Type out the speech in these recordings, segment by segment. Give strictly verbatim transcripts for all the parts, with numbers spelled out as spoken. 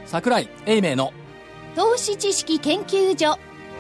櫻井英明の投資知識研究所。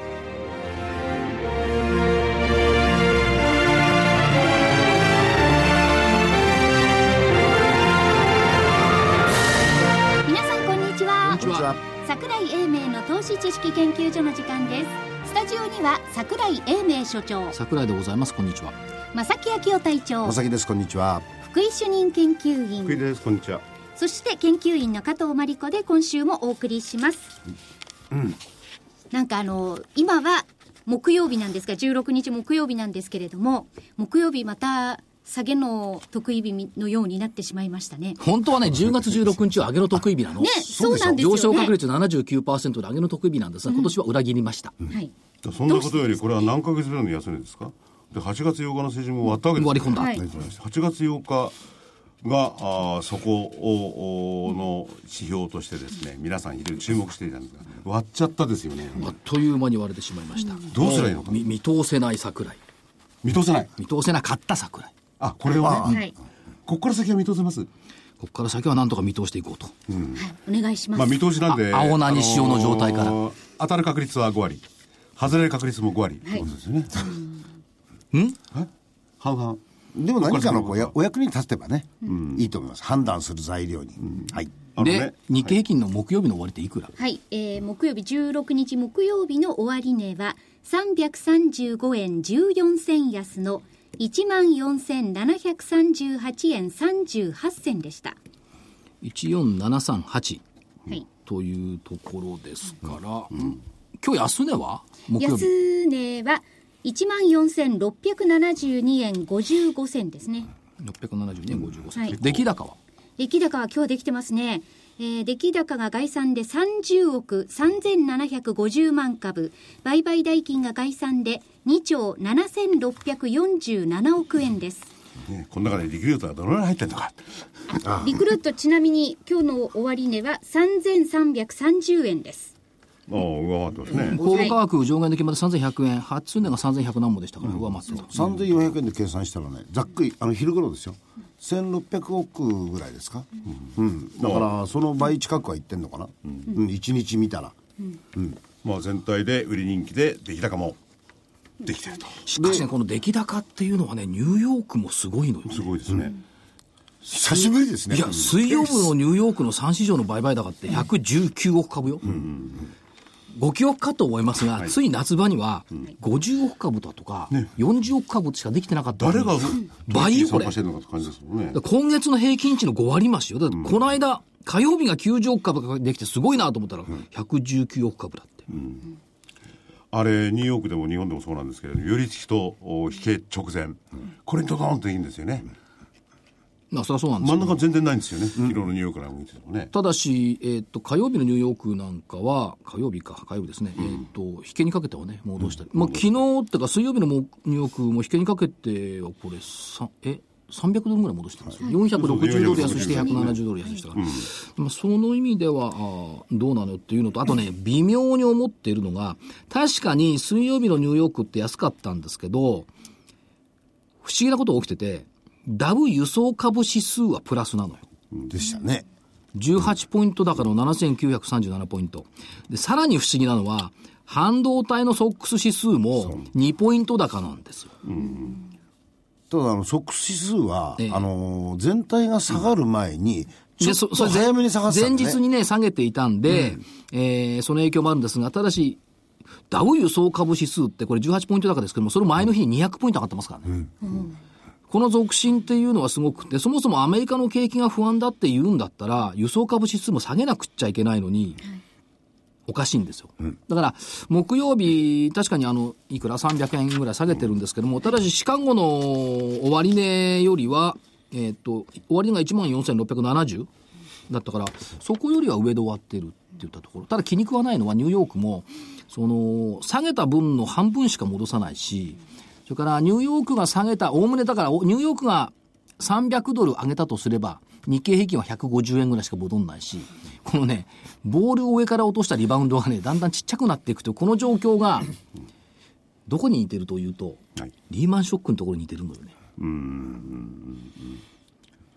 皆さんこんにちは。 こんにちは。 櫻井英明の投資知識研究所の時間です。スタジオには櫻井英明所長、 櫻井でございます。こんにちは。 正木昭夫隊長、 正木です。こんにちは。 福井主任研究員、 福井です。こんにちは。 そして研究員の加藤真理子で今週もお送りします、うん、なんかあの今は木曜日なんですが、じゅうろくにち木曜日なんですけれども、木曜日また下げの得意日のようになってしまいましたね。 本当はね、じゅうがつじゅうろくにちは上げの得意日なの。 ね、そうなんですよね。 上昇確率 ななじゅうきゅうパーセント で上げの得意日なんですが、うん、今年は裏切りました、うん、はい。 そんなことよりこれは何ヶ月分の安値ですか。ではちがつようかの水準も終わったわけです、ね、 割り込んだ、はい、 はちがつようかがあそこをの指標としてですね、皆さん非常に注目していたんですが、割っちゃったですよね。 あっという間に割れてしまいました、うん、 どうすればいいのか。 見通せない櫻井。 見通せない見通せなかった櫻井。 あ、これはね、はい、ここから先は見通せます。 ここから先は何とか見通していこうと、 うんはい、お願いします。 まあ、見通しなんで青何塩の状態から、あのー、当たる確率はごわり、外れる確率もごわり、はい、そうですよね。 うんえ半々。 でも何かのこうやお役に立てばね、うん、いいと思います。判断する材料に、うん、はい。 で、 ね、 日経平均の木曜日の終わりっていくら。 はい、えー、木曜日じゅうろくにち木曜日の終値はさんびゃくさんじゅうごえんじゅうよんせん安の いちまんよんせんななひゃくさんじゅうはちえんさんじゅうはっせんでした。 いちよんななさんはち、 はい、 というところですから、うん、今日安値は木曜日安値はいちまんよんせんろっぴゃくななじゅうにえんごじゅうごせんですね。 ろっぴゃくななじゅうにえんごじゅうごせん、 はい、 出来高は出来高は今日できてますね。えー、出来高が概算でさんじゅうおくさんぜんななひゃくごじゅうまんかぶ、売買代金が概算でにちょうななせんろっぴゃくよんじゅうななおくえんです、 ね、この中でリクルートがどのぐらい入ってるのか。 あリクルートちなみに今日の終値はさんぜんさんびゃくさんじゅうえんです。 ああ、上回ってますね。 公募価格上限で決まってさんぜんひゃくえん、初値がさんぜんひゃく何もでしたから、うん、上回ってた。 さんぜんよんひゃくえんで計算したらね、ざっくりあの昼頃ですよ、せんろっぴゃくおくぐらいですか、うんうん、だからその倍近くはいってんのかな、うんうん、いちにち見たら、うんうん、まあ、全体で売り人気で出来高もできてると。 しかしね、この出来高っていうのはね、ニューヨークもすごいのよね。 すごいですね、うん、 久しぶりですね。 いや、水曜日のニューヨークのさん市場の売買高ってひゃくじゅうきゅうおくかぶよ、うんうんうん、ご記憶かと思いますが、はい、つい夏場にはごじゅうおくかぶだとか、ね、よんじゅうおくかぶしかできてなかったのに、誰が倍よこれ。今月の平均値のごわり増しよ。だってこの間、うん、火曜日がきゅうじゅうおくかぶができてすごいなと思ったら、うん、ひゃくじゅうきゅうおくかぶだって、うん、 あれニューヨークでも日本でもそうなんですけれど、寄り付きと引け直前、うん、これにドドーンといいんですよね、うん。 まあ、そりゃそうなんですよ、 真ん中全然ないんですよね、昨日のニューヨークから見ててもね。 ただし、えー、と火曜日のニューヨークなんかは火曜日か火曜日ですね、うん、えー、と引けにかけてはね戻したり、うんまあ、昨日ってか水曜日のニューヨークも引けにかけてはこれえさんびゃくドルぐらい戻してるんですよ、はい、よんひゃくろくじゅうドル安してひゃくななじゅうドル安したから、うんまあ、その意味ではあどうなのっていうのと、あとね微妙に思っているのが、確かに水曜日のニューヨークって安かったんですけど、不思議なことが起きてて、ダブ輸送株指数はプラスなのよ。 でしたね。 じゅうはちポイント高のななせんきゅうひゃくさんじゅうななポイント。で、さらに不思議なのは、半導体のソックス指数もにポイント高なんですよ。うん、 ただ、あの、ソックス指数は、ええ、あの、全体が下がる前に、ちょっと早めに下がってたんで、ね、 前日にね、下げていたんで、うん、えー、その影響もあるんですが、ただし、ダウ輸送株指数ってこれじゅうはちポイント高ですけども、その前の日ににひゃくポイント上がってますからね。うんうんこの続伸っていうのはすごくて、そもそもアメリカの景気が不安だって言うんだったら、輸送株指数も下げなくっちゃいけないのに、はい、おかしいんですよ。うん、だから、木曜日、確かにあの、いくらさんびゃくえんぐらい下げてるんですけども、ただし、シカゴの終値よりは、えっと、終値が いちまんよんせんろっぴゃくななじゅう だったから、そこよりは上で終わってるって言ったところ。ただ気に食わないのはニューヨークも、その、下げた分の半分しか戻さないし、それからニューヨークが下げた、おおむねだからニューヨークがさんびゃくドル上げたとすれば、日経平均はひゃくごじゅうえんぐらいしか戻んないし、このね、ボールを上から落としたリバウンドがね、だんだんちっちゃくなっていくという、この状況が、どこに似てるというと、はい、リーマンショックのところに似てるのよね。 うーん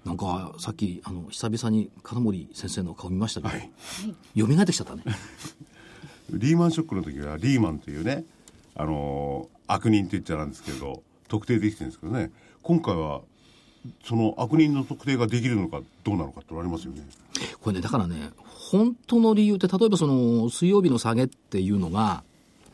なんかさっきあの久々に金森先生の顔見ましたけど、 はい、 蘇ってきちゃったね。 リーマンショックの時はリーマンというね、あのー、悪人と言っちゃなんですけど特定できてるんですけどね、今回はその悪人の特定ができるのかどうなのかってありますよね。 これね、だからね、本当の理由って例えばその水曜日の下げっていうのが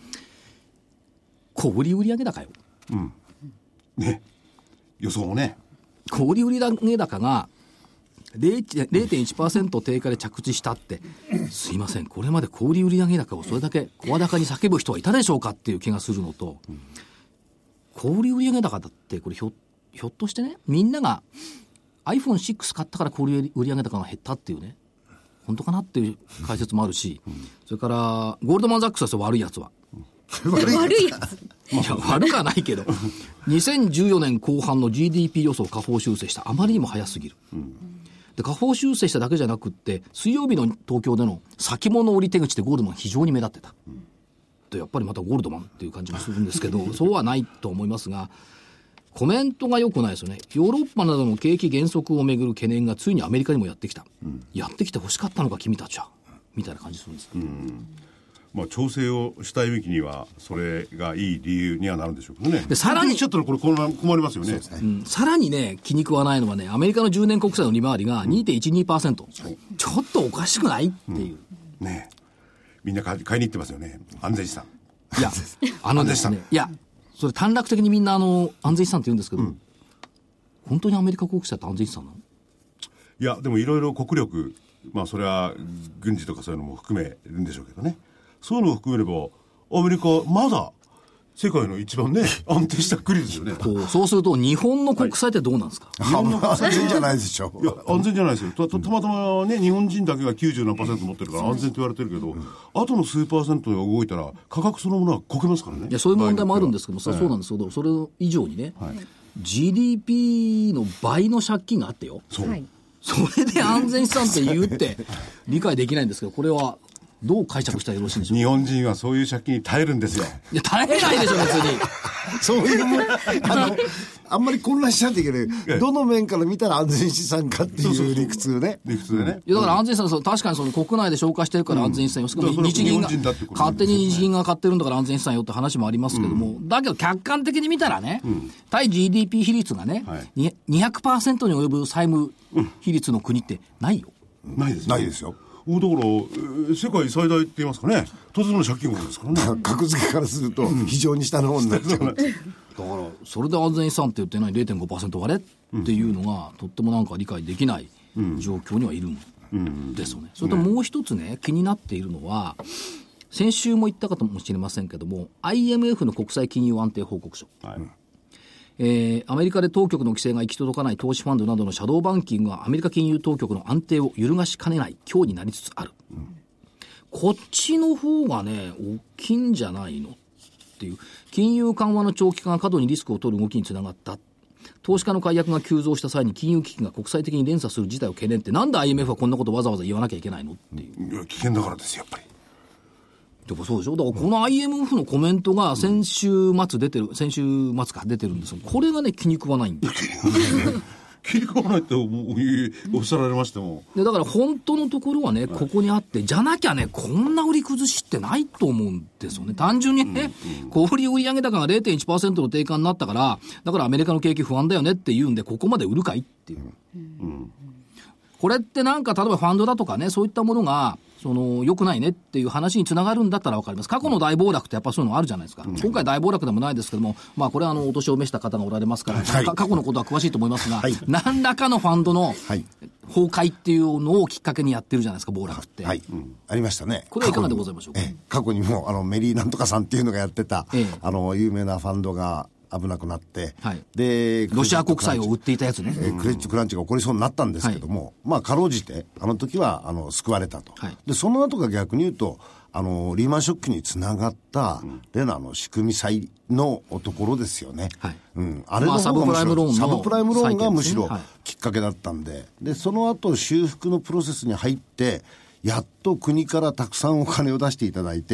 小売売上高よ。 うんね、予想もね、 小売売上高が れいてんいちパーセント 低下で着地したって、すいません、これまで小売売上高をそれだけ声高に叫ぶ人はいたでしょうかっていう気がするのと、うん、小売売上高だってこれひょ、ひょっとしてね、みんなが アイフォンシックス 買ったから小売売上高が減ったっていうね、本当かなっていう解説もあるし、うん、それからゴールドマン・ザックスは悪いやつは、 うん、悪いやついや悪かないけどにせんじゅうよねんこう半の ジーディーピー 予想を下方修正した、あまりにも早すぎる、うん、で下方修正しただけじゃなくって水曜日の東京での先物売り手口でゴールドマン非常に目立ってた、うん、でやっぱりまたゴールドマンっていう感じがするんですけどそうはないと思いますが、コメントが良くないですよね。ヨーロッパなどの景気減速をめぐる懸念がついにアメリカにもやってきた、うん、やってきて欲しかったのか君たちはみたいな感じするんです、うん、 まあ、調整をしたいべきにはそれがいい理由にはなるんでしょうけどね。 でさらにちょっとこれ困りますよね。 うん、さらにね気に食わないのはね、アメリカのじゅうねん国債の利回りが にてんいちにパーセント、うん、ちょっとおかしくないっていう、 うん、ねえ、みんな買いに行ってますよね、安全資産。 いやあのですね、いやそれ短絡的にみんなあの安全資産って言うんですけど、うん、本当にアメリカ国債って安全資産なの？ いやでもいろいろ国力、まあそれは軍事とかそういうのも含めるんでしょうけどね、そういうのを含めればアメリカまだ世界の一番ね安定した国ですよね。 こうそうすると日本の国債ってどうなんですか？ はい、日本の国債安全じゃないでしょ。 いや安全じゃないですよ。 た, た, たまたまね日本人だけがきゅうじゅうななパーセント持ってるから安全と言われてるけど、うん、あとの数パーセントが動いたら価格そのものはこけますからね。 いやそういう問題もあるんですけども、はい、そうなんですけど、それ以上にね、はい、ジーディーピー の倍の借金があってよ、 そう、はい、 それで安全資産って言うって理解できないんですけど、これはどう解釈したらよろしいんでしょうか。 日本人はそういう借金に耐えるんですよ。 いや耐えないでしょ別にそういうあのあんまり混乱しちゃっていけない。どの面から見たら安全資産かっていう理屈ね。 理屈でね。 いやだから安全資産、確かにその国内で消化してるから安全資産よ。しかも日銀が勝手に日銀が買ってるんだから安全資産よって話もありますけども、うん、だけど客観的に見たらね、うん、対 ジーディーピー 比率がね、はい、にひゃくパーセント に及ぶ債務比率の国ってないよ。 うん、ないです、 ね。ないですよ。 だから世界最大って言いますかね、とてもの借金国ですからね。 格付けからすると非常に下の方になっちゃう。だからそれで安全資産って言ってない れいてんごパーセント 割れっていうのがとってもなんか理解できない状況にはいるんですよね。それともう一つね気になっているのは、先週も言ったかもしれませんけども アイエムエフ の国際金融安定報告書、はい、えー、アメリカで当局の規制が行き届かない投資ファンドなどのシャドーバンキングがアメリカ金融当局の安定を揺るがしかねない脅威になりつつある、うん、こっちの方がね大きいんじゃないのっていう、金融緩和の長期化が過度にリスクを取る動きにつながった、投資家の解約が急増した際に金融危機が国際的に連鎖する事態を懸念って、なんで アイエムエフ はこんなことわざわざ言わなきゃいけないのっていう。 いや危険だからですよやっぱり。 でもそうでしょ。だからこの アイエムエフ のコメントが先週末出てる、先週末か出てるんですよ。これがね気に食わないんだよ。 気に食わないっておっしゃられましても。 でだから本当のところはね、ここにあって、じゃなきゃねこんな売り崩しってないと思うんですよね。単純にね、うんうん、小売売上高が れいてんいちパーセント の低下になったから、だからアメリカの景気不安だよねって言うんで、ここまで売るかいっていう、うんうん、これってなんか例えばファンドだとかね、そういったものがその良くないねっていう話につながるんだったら分かります。過去の大暴落ってやっぱそういうのあるじゃないですか、うん、今回大暴落でもないですけども、まあこれはあのお年を召した方がおられますから、はい、過去のことは詳しいと思いますが、はい、何らかのファンドの崩壊っていうのをきっかけにやってるじゃないですか暴落って、 はい、うん、ありましたね。 これはいかがでございましょうか。 過去に、え過去にもあのメリーなんとかさんっていうのがやってた、ええ、あの有名なファンドが危なくなって、はい、でロシア国債を売っていたやつね、 えー、クレジットクランチが起こりそうになったんですけども、はい、まあかろうじてあの時はあの救われたと、はい、でその後が逆に言うとあのリーマンショックにつながった例のあの仕組み債のところですよね、はい、うん、あれの方がむしろ、まあ、サブプライムローンのサブプライムローンがむしろきっかけだったんで、でその後修復のプロセスに入ってやっと国からたくさんお金を出していただいて、はい、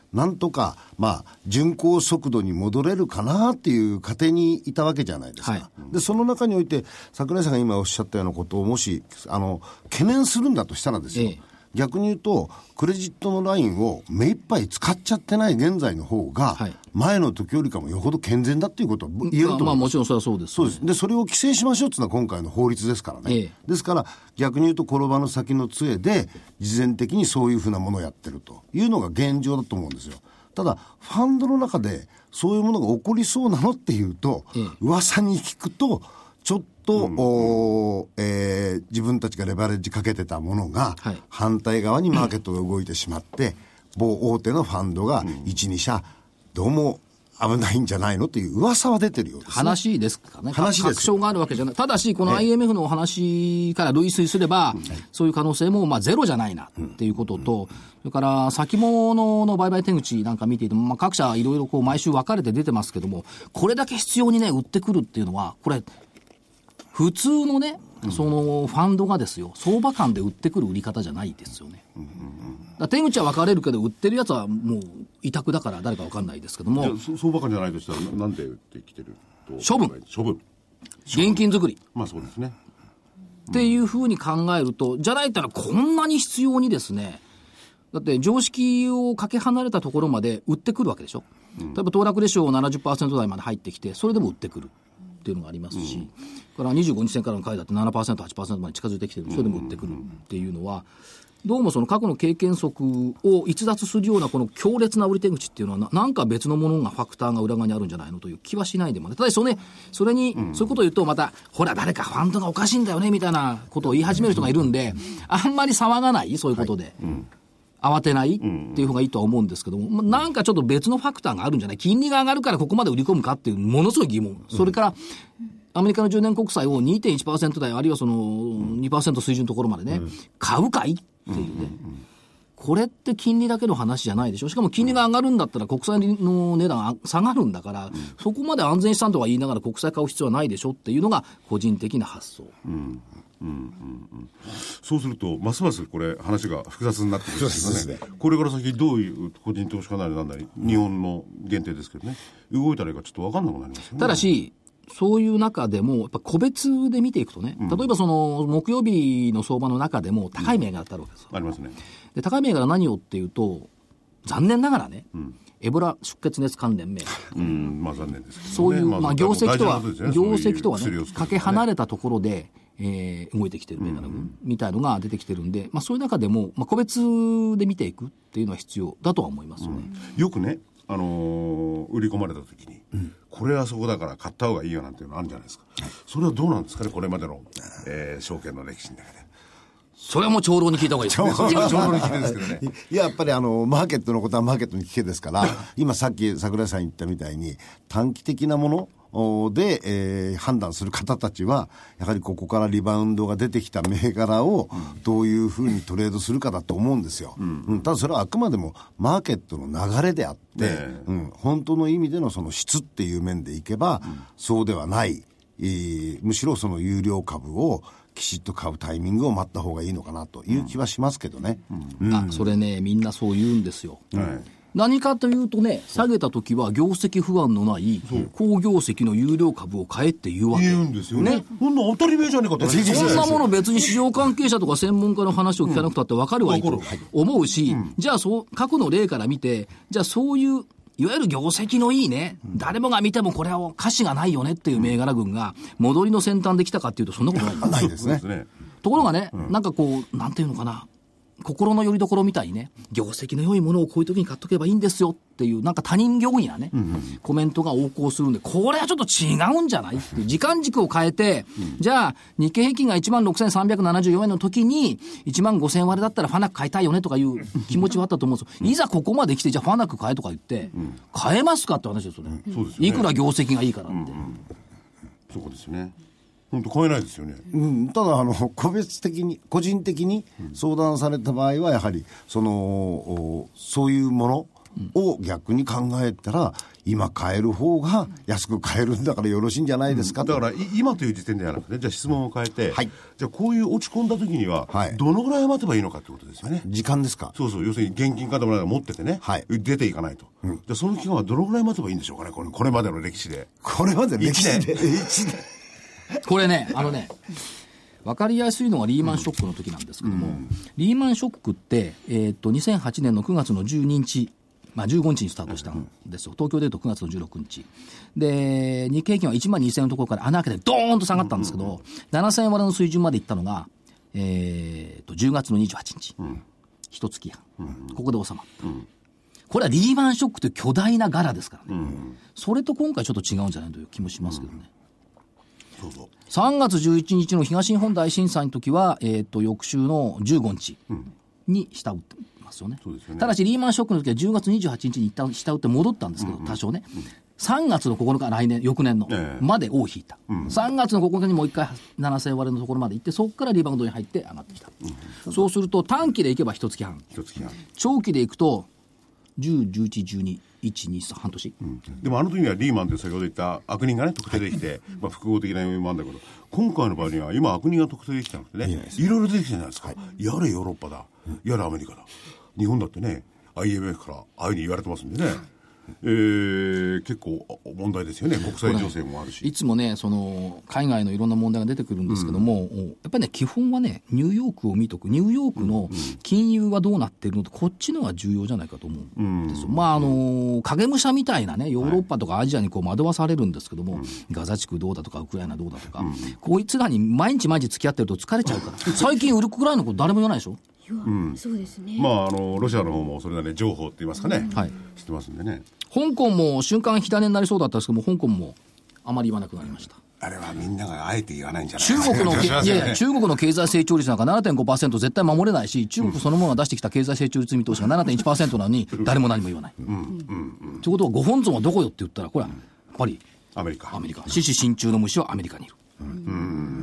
なんとか、まあ、巡航速度に戻れるかなっていう過程にいたわけじゃないですか。はい、で、その中において、櫻井さんが今おっしゃったようなことをもし、あの、懸念するんだとしたらですよ、ええ、逆に言うと、クレジットのラインを目いっぱい使っちゃってない現在の方が、前の時よりかもよほど健全だっていうことを言えると思います。 まあ、もちろんそれはそうです、ね。 そうです。で、それを規制しましょうっていうのは今回の法律ですからね。ええ、ですから、逆に言うと、転ばぬ先の杖で、事前的にそういうふうなものをやってるというのが現状だと思うんですよ。ただ、ファンドの中で、そういうものが起こりそうなのっていうと、ええ、噂に聞くと、ちょっと、うんおえー、自分たちがレバレッジかけてたものが、はい、反対側にマーケットが動いてしまって、某大手のファンドがいち、に社どうも危ないんじゃないのという噂は出てるようです、ね、 話ですかね。 話です。 確証があるわけじゃない。ただし、この アイエムエフ のお話から類推すれば、はい、そういう可能性もまあゼロじゃないなっていうことと、うん、それから先物の売買手口なんか見ていても、まあ、各社いろいろこう毎週分かれて出てますけども、これだけ必要にね、売ってくるっていうのは、これ、普通のね、そのファンドがですよ、相場感で売ってくる売り方じゃないですよね。うんうんうん、だ手口は分かれるけど、売ってるやつはもう委託だから誰か分かんないですけども。 じゃあ相場感じゃないとしたら、なんで売ってきてると。 処分。 処分。 現金作り。 まあそうですね。 っていうふうに考えると、じゃないったらこんなに必要にですね、だって常識をかけ離れたところまで売ってくるわけでしょ。うん、例えば騰落レシオ ななじゅっパーセント 台まで入ってきて、それでも売ってくるっていうのがありますし、うん、からにじゅうごにち線からの買いだって ななパーセント、はちパーセント まで近づいてきてる。それでも売ってくるっていうのは、どうもその過去の経験則を逸脱するようなこの強烈な売り手口っていうのはな、なんか別のものがファクターが裏側にあるんじゃないのという気はしないでもね。ただそれ、ね、それに、そういうことを言うとまた、ほら誰かファンドがおかしいんだよねみたいなことを言い始める人がいるんで、あんまり騒がない、そういうことで。はい、うん慌てないっていう方がいいとは思うんですけども、なんかちょっと別のファクターがあるんじゃない、金利が上がるからここまで売り込むかっていうものすごい疑問。それから、アメリカのじゅうねん国債を にてんいちパーセント 台、あるいはその にパーセント 水準のところまでね、買うかいっていうね。これって金利だけの話じゃないでしょ。しかも金利が上がるんだったら国債の値段下がるんだから、そこまで安全資産とは言いながら国債買う必要はないでしょっていうのが個人的な発想。うんうんうんうん、そうするとますますこれ話が複雑になってくるんですよね。これから先どういう個人投資家なりなんなり、日本の限定ですけどね、動いたらいいかちょっと分かんなくなりますよね。 ただしそういう中でもやっぱ個別で見ていくとね、うん、例えばその木曜日の相場の中でも高い銘柄ってあるわけですよ、 うん、ありますね。 で高い銘柄何をっていうと残念ながらね、うん、エボラ出血熱関連銘柄、 うんまあ、残念ですけどね、 そういう、まあ、業績とは、ね、業績とはね、 ねかけ離れたところで、えー、動いてきてる銘柄みたいのが出てきてるんで、まあ、そういう中でも、まあ、個別で見ていくっていうのは必要だとは思いますよね、 うん、よくね、あのー、売り込まれた時に、うん、これはそこだから買った方がいいよなんていうのあるんじゃないですか。それはどうなんですかね、これまでの、えー、証券の歴史の中で。 それはもう長老に聞いた方がいいですね。 長老に聞いてるんですけどね。 いや、やっぱりあの、マーケットのことはマーケットに聞けですから、今さっき櫻井さん言ったみたいに、短期的なもので、えー、判断する方たちは、やはりここからリバウンドが出てきた銘柄をどういうふうにトレードするかだと思うんですよ。うんうん、ただそれはあくまでもマーケットの流れであって、ねうん、本当の意味でのその質っていう面でいけば、うん、そうではない、えー、むしろその有料株をきちっと買うタイミングを待った方がいいのかなという気はしますけどね、 うんうん、あそれねみんなそう言うんですよ、うん、何かというとね下げた時は業績不安のない高業績の有料株を買えって言うわけ言うんですよね。こんな当たり前じゃねえかってそんなもの別に市場関係者とか専門家の話を聞かなくたって分かるわいと思うし、うん、じゃあそう過去の例から見てじゃあそういういわゆる業績のいいね、うん、誰もが見てもこれは価値がないよねっていう銘柄群が戻りの先端できたかっていうとそんなことない。 ないですね。 ところがね、うん、なんかこう、なんていうのかな、心の拠り所みたいにね、業績の良いものをこういう時に買っとけばいいんですよっていう、なんか他人行儀なね、うんうん、コメントが横行するんで、これはちょっと違うんじゃないっていう、時間軸を変えて、うん、じゃあ、日経平均が いちまんろくせんさんびゃくななじゅうよんえんの時に、いちまんごせん割れだったらファナック買いたいよねとかいう気持ちはあったと思うんですよ。いざここまで来て、じゃあファナック買えとか言って、うん、買えますかって話ですよね。うん、そうですよね。いくら業績がいいからって。うんうん、 そうですよね。本当買えないですよね、 うん、ただあの個別的に個人的に相談された場合はやはりそのそういうものを逆に考えたら今買える方が安く買えるんだからよろしいんじゃないですか、うん、 だから今という時点ではなくて、じゃあ質問を変えて、はい、じゃあこういう落ち込んだ時にはどのぐらい待てばいいのかってことですよね。 時間ですか。 そうそう、要するに現金カードも持っててね、はい、出ていかないと、うん、じゃあその期間はどのぐらい待てばいいんでしょうかね、これ、これまでの歴史で。 これまでの歴史でこれね、あのね分かりやすいのがリーマンショックの時なんですけども、うん、リーマンショックって、えー、とにせんはちねんのくがつのじゅうににち、まあ、じゅうごにちにスタートしたんですよ。東京でいうとくがつのじゅうろくにちで、日経平均はいちまんにせんえんのところから穴開けてドーンと下がったんですけど、ななせんえん割れの水準までいったのが、えー、とじゅうがつのにじゅうはちにち、うん、一月半、うん、ここで収まった、うん、これはリーマンショックという巨大な柄ですからね、うん、それと今回ちょっと違うんじゃないという気もしますけどね、うん、そうそう、さんがつじゅういちにちの東日本大震災の時は、えー、と翌週のじゅうごにちに下打ってますよね。そうですよね。ただしリーマンショックの時はじゅうがつにじゅうはちにちに一旦下打って戻ったんですけど、うんうん、多少ね、うん、さんがつのここのか、来年翌年の、えー、まで尾を引いた、うん、さんがつのここのかにもう一回ななせん割れのところまで行って、そこからリバウンドに入って上がってきた、うん、そうすると短期でいけば一月半、一月半、長期でいくとじゅう、じゅういち、じゅうに、いち、に、さん、半年、うん、でもあの時にはリーマンって先ほど言った悪人がね特定できて、まあ、複合的な要因もあるんだけど、今回の場合には今悪人が特定できてなくてね、いろいろ出てきてるじゃないですか、はい、やれヨーロッパだ、やれアメリカだ、日本だってね アイエムエフ からああいうふうに言われてますんでね、えー、結構問題ですよね。国際情勢もあるし、いつもねその海外のいろんな問題が出てくるんですけども、うん、やっぱりね基本はねニューヨークを見とく、ニューヨークの金融はどうなってるのと、こっちのが重要じゃないかと思うんですよ、うん、まああの影武者みたいなねヨーロッパとかアジアにこう惑わされるんですけども、はい、ガザ地区どうだとかウクライナどうだとか、うん、こいつらに毎日毎日付き合ってると疲れちゃうから最近ウルクライナのこと誰も言わないでしょ。 うん、そうですね。 まああのロシアの方もそれなりに情報って言いますかね、うん、はい、知ってますんでね。 香港も瞬間火種になりそうだったんですけども、香港もあまり言わなくなりました。 あれはみんながあえて言わないんじゃない中国のいやいや中国の経済成長率なんか ななてんごパーセント 絶対守れないし、中国そのものが出してきた経済成長率見通しが ななてんいちパーセント なのに誰も何も言わない、うんうんうん、ということはご本尊はどこよって言ったら、これはやっぱりアメリカ、 アメリカ、獅子心中の虫はアメリカにいる、うんうん 、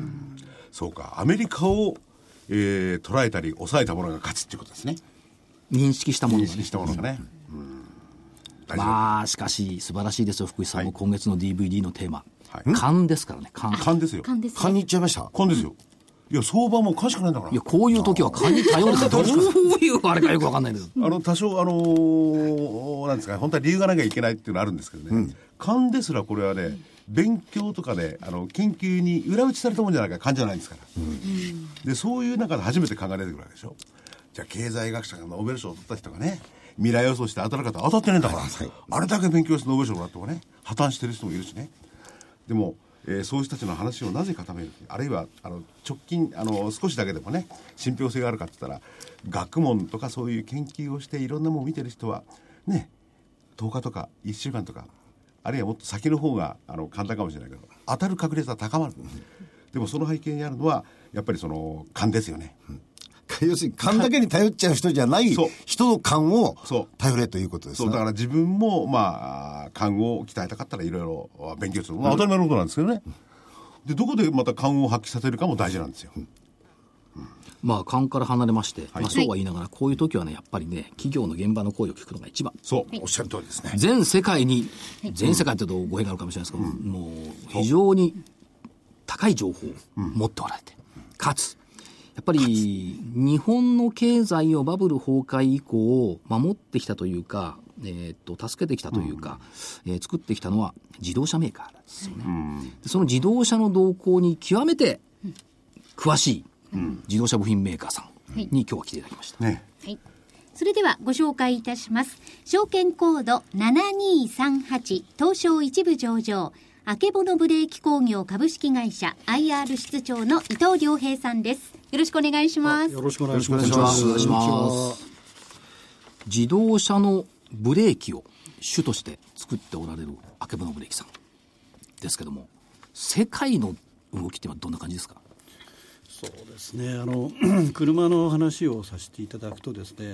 そうか、アメリカをえー、捉えたり抑えたものが勝つっていうことですね。 認識したものがね、 認識したものがね、うんうん、まあしかし素晴らしいですよ福井さんも、はい、今月の ディーブイディー のテーマ、はい、勘ですからね。勘勘ですよ。 勘ですね。 勘に行っちゃいました。 勘ですよ。いや相場も勘しかないんだから。 いやこういう時は勘に頼るってどういうあれかよく分かんないんですあの多少あのー、なんですか、本当は理由がなきゃいけないっていうのはあるんですけどね、うん、勘ですらこれはね勉強とかであの研究に裏打ちされたもんじゃないか、勘じゃないんですから、うん、でそういう中で初めて考えられてくるわけでしょ。じゃあ経済学者がノーベル賞を取った人がね未来予想して当たる方当たってねえんだから、はいはい、あれだけ勉強してノーベル賞もらってもね破綻してる人もいるしね。でも、えー、そういう人たちの話をなぜ固める、あるいはあの直近あの少しだけでもね信憑性があるかって言ったら、学問とかそういう研究をしていろんなものを見てる人はねとおかとかいっしゅうかんとかあるいはもっと先の方があの簡単かもしれないけど当たる確率は高まる、うん、でもその背景にあるのはやっぱりその勘ですよね、うん、 要するに勘だけに頼っちゃう人じゃない人の勘を頼れということですね。 そうだから自分もまあ勘を鍛えたかったらいろいろ勉強する、まあ、当たり前のことなんですけどね。でどこでまた勘を発揮させるかも大事なんですよ、うんうん、まあ勘から離れまして、はい、まあ、そうは言いながらこういう時はねやっぱりね企業の現場の声を聞くのが一番。 そう、はい、おっしゃる通りですね。 全世界に全世界というと語弊があるかもしれないですけど、うん、もう非常に高い情報を持っておられて、うん、かつやっぱり日本の経済をバブル崩壊以降守ってきたというか、えー、と助けてきたというか、うん、えー、作ってきたのは自動車メーカーなんですよね、うん、でその自動車の動向に極めて詳しい自動車部品メーカーさんに今日は来ていただきました、 ね、はい、それではご紹介いたします。証券コードななにさんはち東証一部上場あけぼのブレーキ工業株式会社 アイアール 室長の伊藤良平さんです。よろしくお願いします。 よろしくお願いします。お願いします。 自動車のブレーキを主として作っておられるあけぼのブレーキさんですけども、世界の動きってのはどんな感じですか？ そうですね、あの車の話をさせていただくとですね、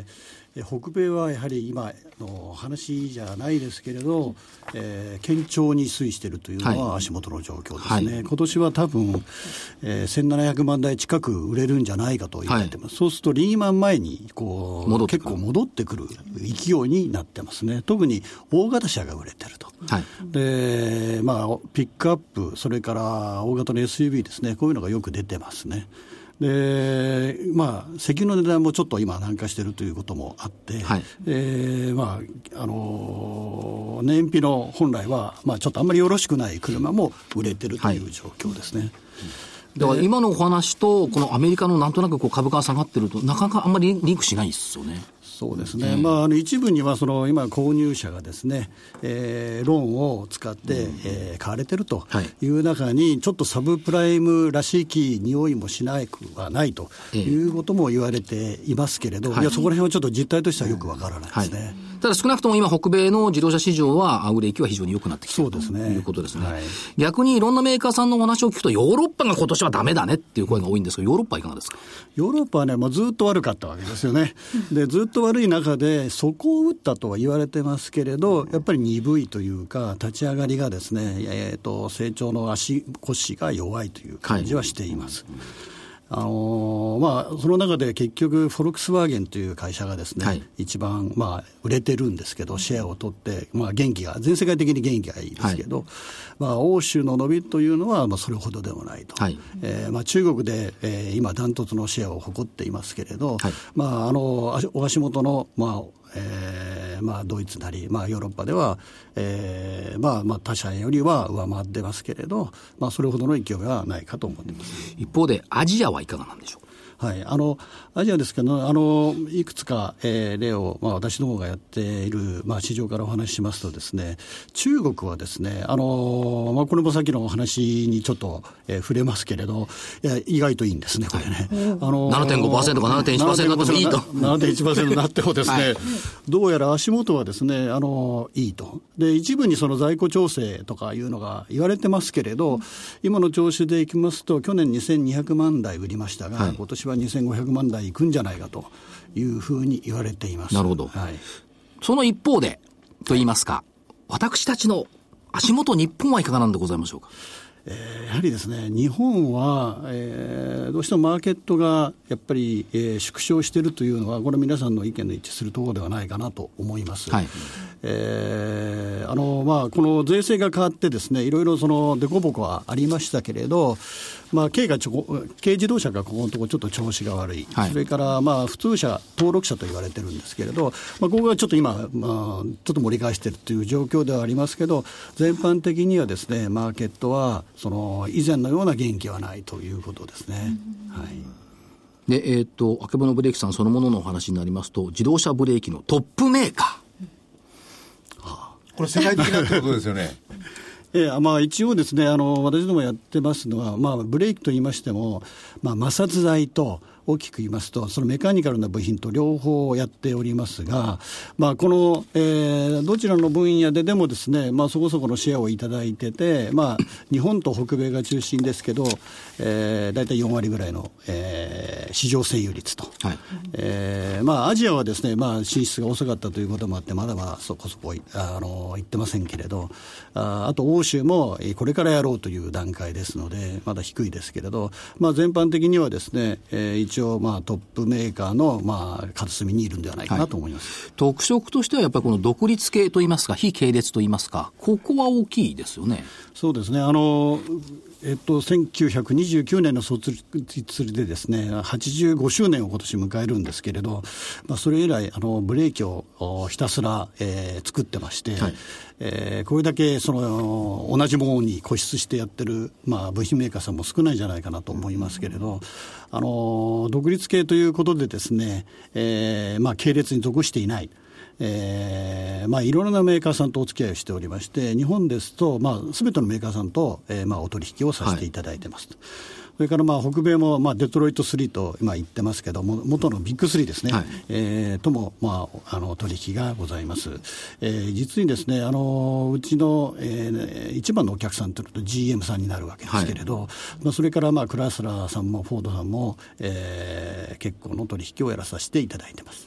北米はやはり今の話じゃないですけれど、えー、堅調に推移しているというのは足元の状況ですね、はい、今年は多分、えー、せんななひゃくまんだい近く売れるんじゃないかと言われてます、はい、そうするとリーマン前にこう結構戻ってくる勢いになってますね。特に大型車が売れてると、はい、でまあ、ピックアップ、それから大型の エスユーブイ ですね、こういうのがよく出てますね。でまあ、石油の値段もちょっと今軟化しているということもあって、はい、えーまああのー、燃費の本来は、まあ、ちょっとあんまりよろしくない車も売れてるという状況ですね、はい。 だから今のお話とこのアメリカのなんとなくこう株価が下がってるとなかなかあんまりリンクしないですよね。 そうですね、まあ、あの一部にはその今購入者がですね、えー、ローンを使って、うんえー、買われてるという中にちょっとサブプライムらしき匂いもしなくはないということも言われていますけれど、はい、いやそこら辺はちょっと実態としてはよくわからないですね、はい。 ただ少なくとも今北米の自動車市場は売れ行きは非常に良くなってきているということですね。はい、逆にいろんなメーカーさんのお話を聞くとヨーロッパが今年はダメだねっていう声が多いんですが、ヨーロッパはいかがですか。 ヨーロッパはね、もうずっと悪かったわけですよね。でずっと悪い中で底を打ったとは言われてますけれど、やっぱり鈍いというか立ち上がりがですね、えー、と成長の足腰が弱いという感じはしています、はい。あのーまあ、その中で結局フォルクスワーゲンという会社がですね、はい、一番、まあ、売れてるんですけど、シェアを取って、まあ、元気が全世界的に元気がいいですけど、はい、まあ、欧州の伸びというのは、まあ、それほどでもないと、はい、えーまあ、中国で、えー、今ダントツのシェアを誇っていますけれど、はい、まあ、あのお足元の、まあえーまあ、ドイツなり、まあ、ヨーロッパでは、えーまあまあ、他社よりは上回ってますけれど、まあ、それほどの勢いはないかと思っています。 一方でアジアはいかがなんでしょうか。 はい、あのアジアですけど、あのいくつか、えー、例を、まあ、私どもがやっている、まあ、市場からお話ししますとですね、中国はですね、あの、まあ、これもさっきのお話にちょっと、えー、触れますけれど、いや意外といいんですね、これね。 あの ななてんごパーセント か ななてんいちパーセント になってもいいと。 ななてんいちパーセント になってもですね、はい、どうやら足元はですね、あのいいと。で一部にその在庫調整とかいうのが言われてますけれど、今の調子でいきますと去年にせんにひゃくまんだい売りましたが、はい、今年はにせんごひゃくまんだいいくんじゃないかというふうに言われています。 なるほど、はい、その一方でといいますか、私たちの足元日本はいかがなんでございましょうか。 えー、やはりですね、日本は、えー、どうしてもマーケットがやっぱり、えー、縮小しているというのは、これ皆さんの意見の一致するところではないかなと思います。はい、えーあのまあ、この税制が変わってですね、いろいろその凸凹はありましたけれど、まあ、軽がちょ軽自動車がここのところちょっと調子が悪い、はい、それからまあ普通車登録車と言われてるんですけれど、まあ、ここがちょっと今、まあ、ちょっと盛り返しているという状況ではありますけど、全般的にはですね、マーケットはその以前のような元気はないということですね。はい。 で、えー、とあけぼのブレーキさんそのもののお話になりますと、自動車ブレーキのトップメーカー、 はあ、これ世界的なってことですよね。 えーまあ、一応ですね、あの私どもやってますのは、まあ、ブレーキといいましても、まあ、摩擦材と大きく言いますと、そのメカニカルな部品と両方やっておりますが、まあ、この、えー、どちらの分野ででもですね、まあ、そこそこのシェアをいただいてて、まあ、日本と北米が中心ですけど、えー、大体よんわりぐらいの、えー、市場占有率と、はい、えーまあ、アジアはですね、まあ、進出が遅かったということもあって、まだまだそこそこあの言ってませんけれど、あ, あと欧州もこれからやろうという段階ですので、まだ低いですけれど、まあ、全般的にはですね、えー、一応まあトップメーカーのまあ片隅にいるんではないかなと思います。 はい、特色としてはやっぱりこの独立系といいますか、非系列といいますか、ここは大きいですよね。 そうですね。あのえっと、せんきゅうひゃくにじゅうきゅうねんの創立でですね、はちじゅうごしゅうねんを今年迎えるんですけれど、まあ、それ以来あのブレーキをひたすら、えー、作ってまして、はい、えー、これだけその同じものに固執してやってる、まあ、部品メーカーさんも少ないんじゃないかなと思いますけれど、あの独立系ということでですね、えーまあ、系列に属していない、えーまあ、いろいろなメーカーさんとお付き合いをしておりまして、日本ですと、まあ、全てのメーカーさんと、えーまあ、お取引をさせていただいてます、はい、それからまあ北米もまあデトロイトスリーと今言ってますけども、元のビッグスリーですね、はい、えー、ともまああの取引がございます、えー、実にですね、あのうちの、えー、一番のお客さんというと ジーエム さんになるわけですけれど、はい、まあ、それからまあクラスラーさんもフォードさんも、えー、結構の取引をやらさせていただいてます。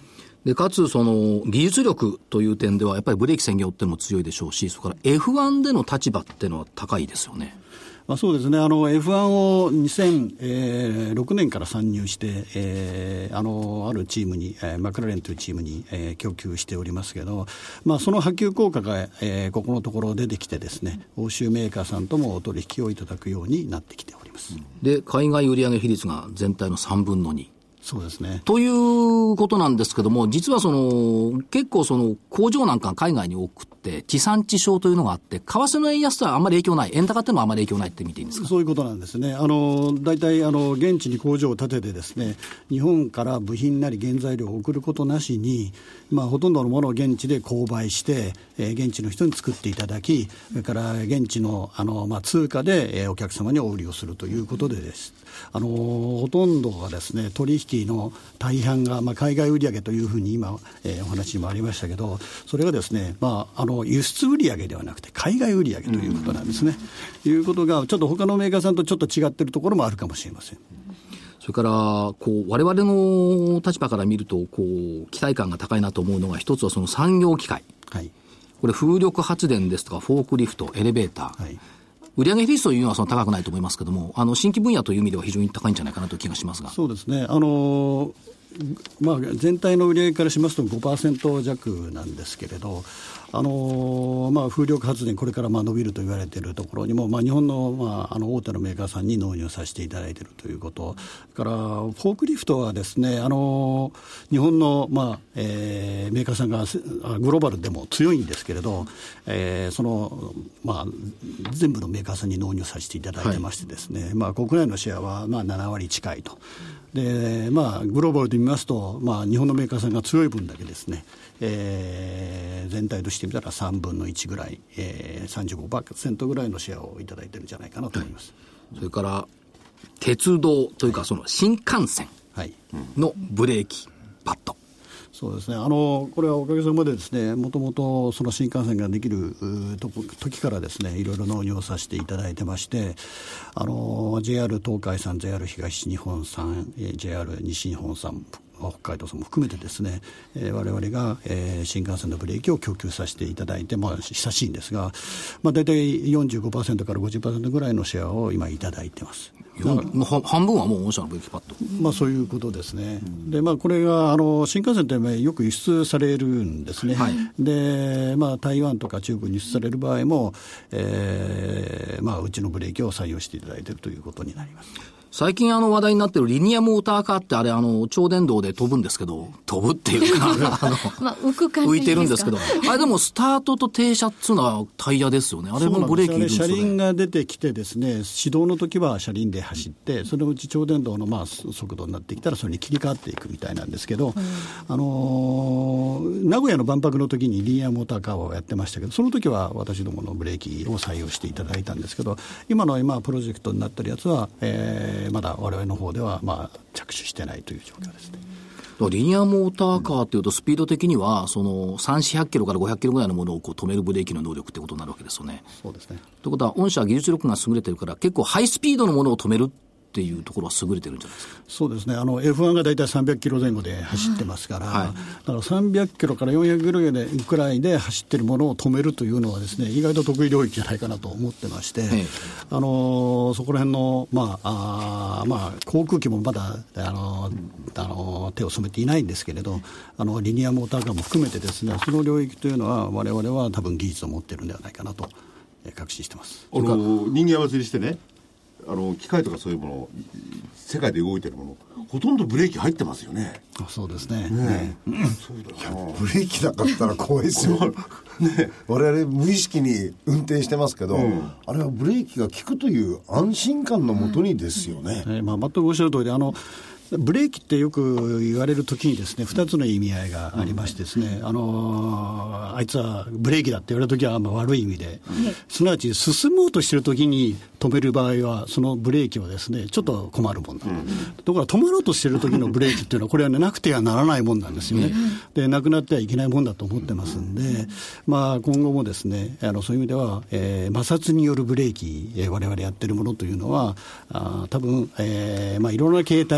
で、かつ、その、技術力という点では、やっぱりブレーキ専業っていうのも強いでしょうし、それから エフワン での立場っていうのは高いですよね。 まあ、そうですね。あの、エフワン をにせんろくねんから参入して、えー、あの、あるチームに、えー、マクラーレンというチームに、えー、供給しておりますけど、まあ、その波及効果が、えー、ここのところ出てきてですね、欧州メーカーさんともお取引をいただくようになってきております。 で、海外売上比率が全体のさんぶんのに。 そうですね。 ということなんですけども、実はその、結構その、工場なんか海外に多くって、地産地消というのがあって、為替の円安とはあんまり影響ない、円高っていうのはあんまり影響ないって見ていいんですか？ そういうことなんですね。あの、大体、あの、現地に工場を建ててですね、日本から部品なり原材料を送ることなしに、まあ、ほとんどのものを現地で購買して、えー、現地の人に作っていただき、それから現地の、あの、まあ、通貨で、えー、お客様にお売りをするということでです。あの、ほとんどがですね、取引の大半が、まあ、海外売上というふうに今、えー、お話にもありましたけど、それがですね、まあ、あの輸出売上ではなくて海外売上ということなんですね。ということがちょっと他のメーカーさんとちょっと違っているところもあるかもしれません。 それからこう我々の立場から見るとこう期待感が高いなと思うのが、一つはその産業機械、はい、これ風力発電ですとかフォークリフト、エレベーター、はい、売上比率というのはその高くないと思いますけども、あの新規分野という意味では非常に高いんじゃないかなという気がしますが。 そうですね。あのまあ、全体の売上からしますと ごパーセント 弱なんですけれど、あのまあ、風力発電これからまあ伸びると言われているところにも、まあ、日本の、まあ、あの大手のメーカーさんに納入させていただいているということ、からフォークリフトはですね、あの日本の、まあえー、メーカーさんがグローバルでも強いんですけれど、えー、その、まあ、全部のメーカーさんに納入させていただいてましてですね、はい、まあ、国内のシェアはまあななわり近いと。でまあ、グローバルで見ますと、まあ、日本のメーカーさんが強い分だけですね、えー、全体としてみたらさんぶんのいちぐらい、えー、さんじゅうごパーセント ぐらいのシェアをいただいてるんじゃないかなと思います、 はい、それから鉄道というかその新幹線のブレーキパッド、 そうですね。あのこれはおかげさまでですね、もともとその新幹線ができる時からですね、いろいろ納入させていただいてまして、あの ジェイアール 東海さん、ジェイアール 東日本さん、ジェイアール 西日本さん、北海道さんも含めてですね、えー、我々が、えー、新幹線のブレーキを供給させていただいて、まあ、久しいんですが、まあ、大体 よんじゅうごパーセント から ごじゅっパーセント ぐらいのシェアを今いただいてます。 半分はもう御社のブレーキパッド、 まあ、そういうことですね。で、まあ、これがあの新幹線ってよく輸出されるんですね、はい、で、まあ、台湾とか中国に輸出される場合も、えーまあ、うちのブレーキを採用していただいているということになります。 最近あの話題になっているリニアモーターカーって、あれあの超電導で飛ぶんですけど、飛ぶっていうかあの、 まあ、浮く感じ浮いてるんですけど、あれでもスタートと停車っていうのはタイヤですよね。あれもブレーキいるんですよね。 車輪が出てきてですね、始動の時は車輪で走って、そのうち超電導のまあ速度になってきたらそれに切り替わっていくみたいなんですけど、うん、あのー、名古屋の万博の時にリニアモーターカーをやってましたけど、その時は私どものブレーキを採用していただいたんですけど、今の今プロジェクトになってるやつは、えーまだ我々の方ではまあ着手してないという状況ですね。 リニアモーターカーというとスピード的にはそのさんびゃく、よんひゃくキロからごひゃくキロぐらいのものをこう止めるブレーキの能力ってことになるわけですよね。 そうですね。 ということは御社は技術力が優れてるから結構ハイスピードのものを止めるっていうところは優れてるんじゃないですか。 そうですね。あの エフワン がだいたいさんびゃくキロ前後で走ってますから、はい、だからさんびゃくキロからよんひゃくキロぐらいで走ってるものを止めるというのはですね、意外と得意領域じゃないかなと思ってまして、はい、あのそこら辺の、まああまあ、航空機もまだあのあの手を染めていないんですけれど、あのリニアモーターカーも含めてですね、その領域というのは我々は多分技術を持っているんではないかなと、えー、確信してます。 あの人間合わせにしてね、あの機械とかそういうもの、世界で動いてるものほとんどブレーキ入ってますよね。 あ、そうですね。 ねえ、うん、そうだな。ブレーキなかったら怖いですよ。ね、我々無意識に運転してますけど、うん、あれはブレーキが効くという安心感のもとにですよね。 えーまあ、全くおっしゃる通りで、あのブレーキってよく言われるときにですね、ふたつの意味合いがありましてですね、うん、あのあいつはブレーキだって言われるときはまあ悪い意味で、うん、すなわち進もうとしているときに止める場合はそのブレーキはですねちょっと困るもんだ、うん、ところが止まろうとしているときのブレーキっていうのはこれは、ね、なくてはならないもんなんですよね、うん、でなくなってはいけないもんだと思ってますんで、うん、まあ、今後もですね、あのそういう意味では、えー、摩擦によるブレーキ、えー、我々やってるものというのはあ多分、えーまあ、いろんな形態で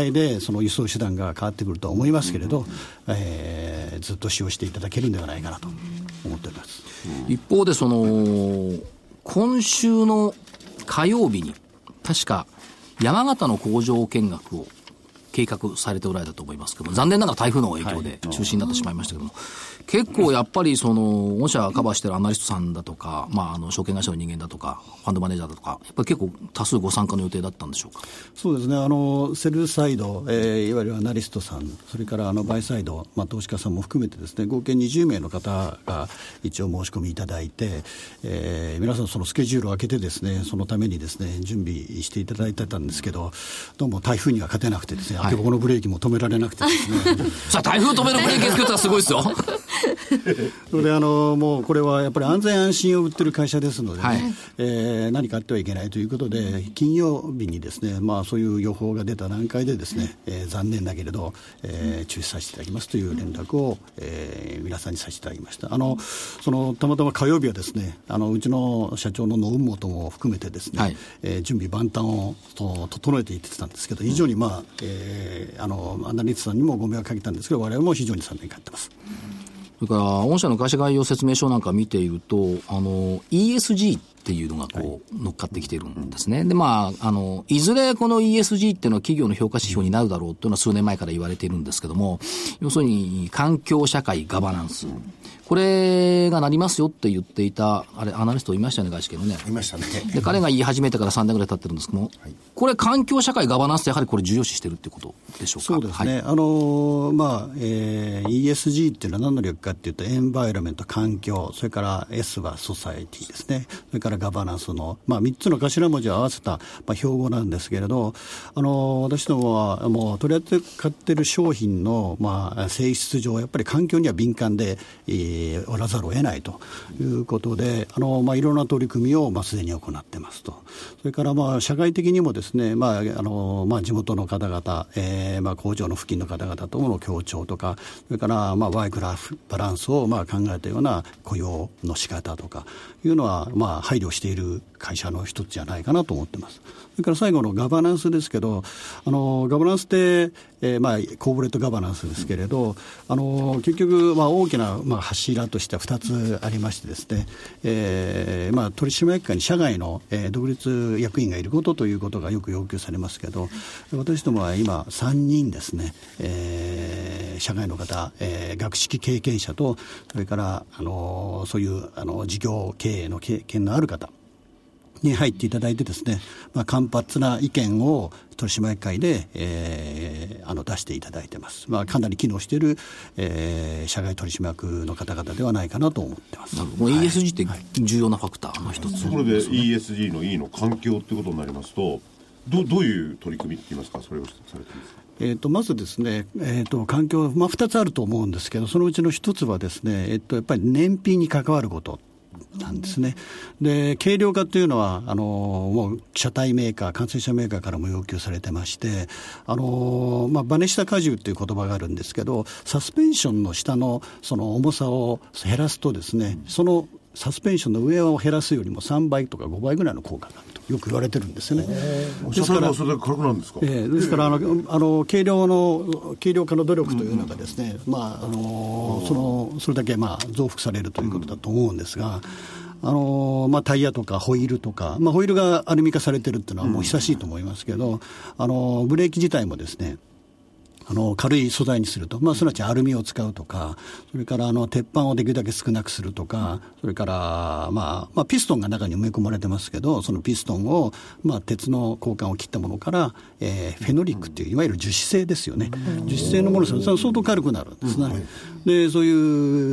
その輸送手段が変わってくると思いますけれど、えー、ずっと使用していただけるんではないかなと思っております。 一方でその今週の火曜日に確か山形の工場見学を計画されておられたと思いますけども、残念ながら台風の影響で中止になってしまいましたけども、はい、結構やっぱりその御社カバーしているアナリストさんだとか、まあ、あの証券会社の人間だとかファンドマネージャーだとか、やっぱり結構多数ご参加の予定だったんでしょうか。 そうですね、あのセルサイド、えー、いわゆるアナリストさん、それからあのバイサイド、まあ、投資家さんも含めてですね、合計にじゅうめいの方が一応申し込みいただいて、えー、皆さんそのスケジュールを空けてですね、そのためにですね準備していただいてたんですけど、どうも台風には勝てなくてですね、あけぼこのブレーキも止められなくてですねさあ台風止めるブレーキ作ったらすごいですよそれであのもうこれはやっぱり安全安心を売ってる会社ですので、ね、はい、えー、何かあってはいけないということで、金曜日にですね、まあ、そういう予報が出た段階でですね、えー、残念だけれど、えー、中止させていただきますという連絡を、えー、皆さんにさせていただきました。あのそのたまたま火曜日はですね、あのうちの社長の野本も含めてですね、はい、えー、準備万端をと整えていってたんですけど、非常に、まあえー、あのアナリストさんにもご迷惑かけたんですけど、我々も非常に残念がってます。 それから御社の会社概要説明書なんか見ていると、あの イーエスジー っていうのがこう乗っかってきてるんですね。で、まあ、あのいずれこの イーエスジー っていうのは企業の評価指標になるだろうというのは数年前から言われているんですけども、要するに環境社会ガバナンス、これがなりますよって言っていたあれアナリストいましたよね、外資系のね。 いましたね。 で彼が言い始めてからさんねんぐらい経ってるんですけども、はい、これ環境社会ガバナンスってやはりこれ重要視してるってことでしょうか。 そうですね、はい、あのまあえー、イーエスジー っていうのは何の略かっていうと、エンバイロメント、環境、それから S はソサエティですね、それからガバナンスの、まあ、みっつの頭文字を合わせた、まあ、標語なんですけれど、あの私どもはもう取り扱っている商品の、まあ、性質上やっぱり環境には敏感で、えー、おらざるを得ないということで、あの、まあ、いろんな取り組みを、まあ、すでに行ってますと。それから、まあ、社会的にもですね、まああのまあ、地元の方々、えーまあ、工場の付近の方々との協調とか、それから、まあ、ワークライフバランスを、まあ、考えたような雇用の仕方とかいうのは、まあ、配慮している会社の一つじゃないかなと思ってます。それから最後のガバナンスですけど、あのガバナンスって、えーまあ、コーポレートガバナンスですけれど、あの結局、まあ、大きな、まあ、柱としてはふたつありましてですね、えーまあ、取締役会に社外の、えー、独立役員がいることということがよく要求されますけど、私どもは今さんにんですね、えー、社外の方、えー、学識経験者と、それからあのそういうあの事業経営の経験のある方に入っていただいてですね、まあ、活発な意見を取締役会で、えー、あの出していただいてます。まあ、かなり機能している、えー、社外取締役の方々ではないかなと思ってます。 もう イーエスジー って重要なファクターの一つ、 ところで イーエスジー の E の環境ということになりますと、ど, どういう取り組みって言いますか、それをされていますか。 えー、とまずですね、えー、と環境、まあ、ふたつあると思うんですけど、そのうちのひとつはですね、えー、とやっぱり燃費に関わることなんですね。で、軽量化というのはあのもう車体メーカー、完成車メーカーからも要求されてまして、あの、まあ、バネ下荷重という言葉があるんですけど、サスペンションの下のその重さを減らすとですね、そのサスペンションの上を減らすよりもさんばいとかごばいぐらいの効果があるとよく言われてるんですよね。 ですからそれだけ軽くなるんですか。 えー、ですからあのあの軽量の軽量化の努力というのがですね、うん、まああのそのそれだけまあ増幅されるということだと思うんですが、あのまあ、タイヤとかホイールとか、まあ、ホイールがアルミ化されてるっていうのはもう久しいと思いますけど、あのブレーキ自体もですね、あの軽い素材にすると、まあ、すなわちアルミを使うとか、それからあの鉄板をできるだけ少なくするとか、それから、まあまあ、ピストンが中に埋め込まれてますけど、そのピストンを、まあ、鉄の交換を切ったものから、えー、フェノリックっていういわゆる樹脂製ですよね、樹脂製のものですと相当軽くなるんですね。でそういう、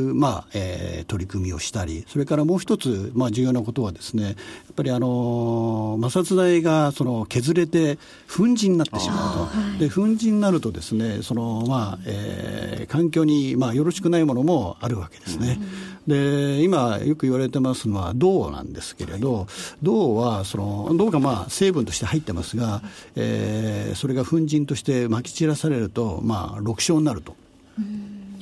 まあえー、取り組みをしたり、それからもう一つ、まあ、重要なことはですね、やっぱりあの摩擦材がその削れて粉塵になってしまうと。で粉塵になるとですね、そのまあえー、環境にまあよろしくないものもあるわけですね。で今よく言われてますのは銅なんですけれど、銅はその銅がまあ成分として入ってますが、えー、それが粉塵としてまき散らされると、まあ、緑青になると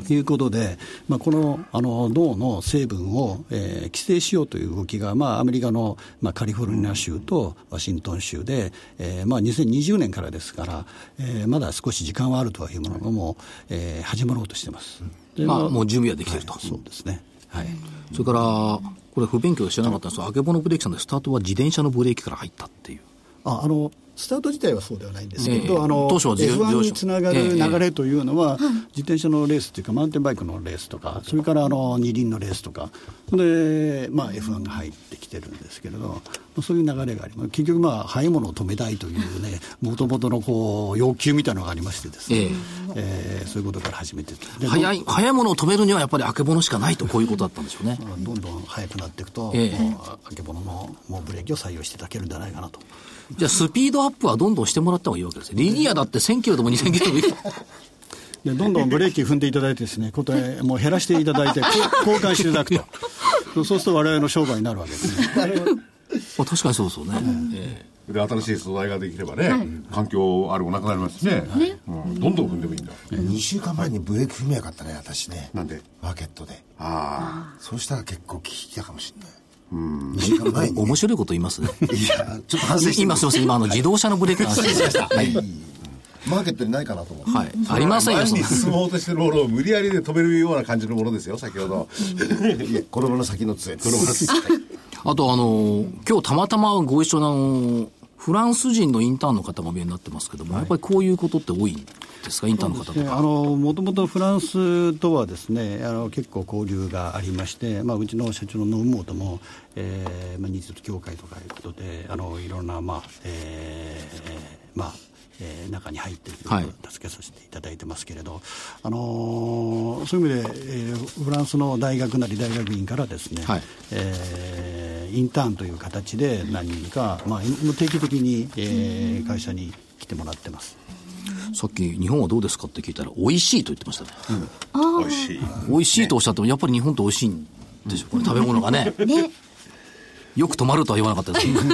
ということで、まあ、この、あの銅の成分を、えー、規制しようという動きが、まあ、アメリカの、まあ、カリフォルニア州とワシントン州で、えーまあ、にせんにじゅうねんからですから、えー、まだ少し時間はあるとはいうもののも、えー、始まろうとしています。 で、まあ、もう準備はできていると、 はい、そうですね、はい、 それからこれ不勉強で知らなかったんですが、あけぼのブレーキさんでスタートは自転車のブレーキから入ったっていう。 ああのスタート自体はそうではないんですけど、えー、あの当初はエフワン につながる流れというのは、えー、自転車のレースというかマウンテンバイクのレースとか、それからあの二輪のレースとかで、まあ、エフワン が入ってきてるんですけれど、そういう流れがあります。結局、まあ、速いものを止めたいというね、もともとのこう要求みたいなのがありましてですね、えーえー、そういうことから始めて速い速いものを止めるにはやっぱりあけぼのしかないと、こういうことだったんでしょうね。 どんどん速くなっていくと、えー、あけぼののもうブレーキを採用していただけるんじゃないかなと。 じゃあスピードアップはどんどんしてもらった方がいいわけですよ。リニアだってせんキロでもにせんキロでもいいでどんどんブレーキ踏んでいただいてですね、ことへもう減らしていただいて交換していただくとそうすると我々の商売になるわけですね。 まあ、確かにそうですよね、うんえー、で新しい素材ができればね、はい、環境あるもなくなりますしね、ね、うん、どんどん踏んでもいいんだ。 にしゅうかんまえにブレーキ踏めばよかったね、私ね。 なんで？ マーケットで。 ああ、 そうしたら結構危機だかもしれない。 うん、にしゅうかんまえに、ね、面白いこと言いますね。 いや、ちょっと反省して今すみません、今あの自動車のブレーキの話しました。はい、 マーケットにないかなと思って、 はい、ありませんよ。 前に進もうとしてるものを無理やりで止めるような感じのものですよ、先ほど。 いや、衣の先の杖です。 あとあの今日たまたまご一緒のあのフランス人のインターンの方がお見えになってますけども、はい、やっぱりこういうことって多いんですか、インターンの方とか。 ね、あのもともとフランスとはですね、あの結構交流がありまして、まあ、うちの社長の野本も、えーまあ、日協会とかいうことであのいろんな、まあえーまあえー、中に入っているということを助けさせていただいてますけれど、はい、あのー、そういう意味で、えー、フランスの大学なり大学院からですね、はい、えー、インターンという形で何人か、まあ、定期的に、えー、会社に来てもらってます。 さっき日本はどうですかって聞いたら美味しいと言ってましたね、 うん、美味しい美味しいとおっしゃってもやっぱり日本って美味しいんでしょう、これ食べ物がねね、よく泊まるとは言わなかったですけど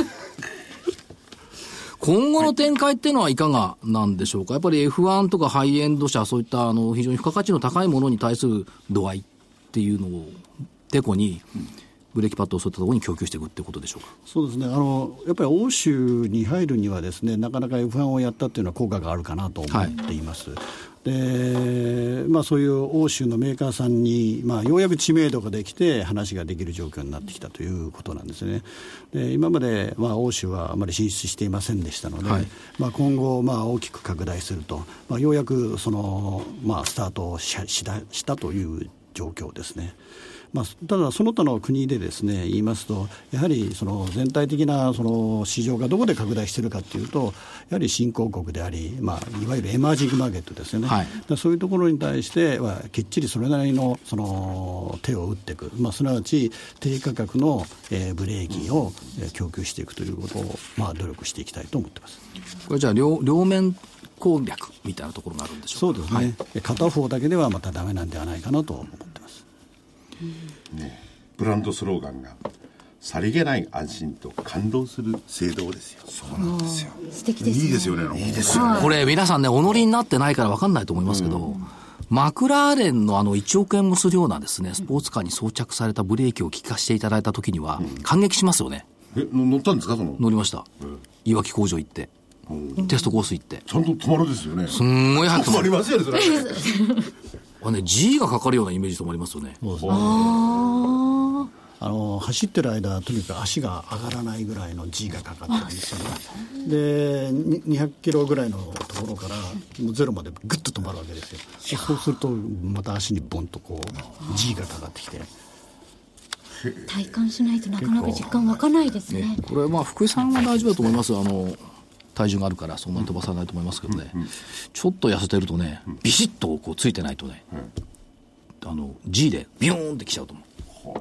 今後の展開っていうのはいかがなんでしょうか。やっぱり エフワン とかハイエンド車、そういったあの非常に付加価値の高いものに対する度合いっていうのをてこにブレーキパッドをそういったところに供給していくってことでしょうか。 そうですね、あのやっぱり欧州に入るにはですね、なかなか エフワン をやったっていうのは効果があるかなと思っています、はい。でまあ、そういう欧州のメーカーさんに、まあ、ようやく知名度ができて話ができる状況になってきたということなんですね。で今まで、まあ、欧州はあまり進出していませんでしたので、はい、まあ、今後、まあ、大きく拡大すると、まあ、ようやくその、まあ、スタートを し, したしたという状況ですね。まあ、ただその他の国でですね言いますと、やはりその全体的なその市場がどこで拡大しているかというと、やはり新興国であり、まあ、いわゆるエマージングマーケットですよね、はい、だそういうところに対してはきっちりそれなりの、その手を打っていく、まあ、すなわち低価格の、えー、ブレーキを、えー、供給していくということを、まあ、努力していきたいと思っています。 これじゃあ 両, 両面攻略みたいなところがあるんでしょうか。 そうですね、はい、片方だけではまたダメなんではないかなと思っています。 ね、ブランドスローガンがさりげない安心と感動する制度ですよ。 そうなんですよ。 素敵ですね。 いいですよね。 いいですよね。 これ皆さんね、お乗りになってないから分かんないと思いますけど、うん、マクラーレンのあのいちおくえんもするようなですね、スポーツカーに装着されたブレーキを効かせていただいた時には、うん、感激しますよね。 え、乗ったんですか、その。 乗りました。うん、いわき工場行って、うん、テストコース行って。 ちゃんと止まるですよね。 すんごい早く止まる。 止まりますよね、それ。 あね、G がかかるようなイメージ止まりますよね。 そうですね。ああの走ってる間とにかく足が上がらないぐらいの G がかかってるんですよね。でにひゃくキロぐらいのところからもうゼロまでグッと止まるわけですよ。そうするとまた足にボンとこう G がかかってきて、 体感しないとなかなか実感湧かないですね。 ね、これはまあ福井さんは大丈夫だと思います。あの体重があるからそんなに飛ばさないと思いますけどね、うんうん、ちょっと痩せてるとね、ビシッとこうついてないとね、うん、あの G でビヨーンってきちゃうと思う。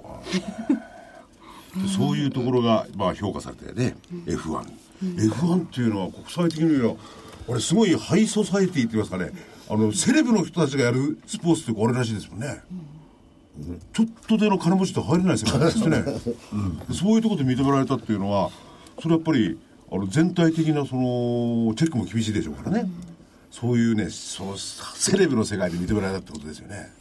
そういうところが、まあ、評価されてね、うん、エフワン、うん、エフワン っていうのは国際的にはあれすごいハイソサイティって言いますかね、あのセレブの人たちがやるスポーツっていうかあれらしいですもんね、うん、ちょっとでの金持ちって入れないですよね、うん、そういうところで認められたっていうのは、それはやっぱりあの全体的なそのチェックも厳しいでしょうからね、うん、そういうね、そのセレブの世界で認められたってことですよね。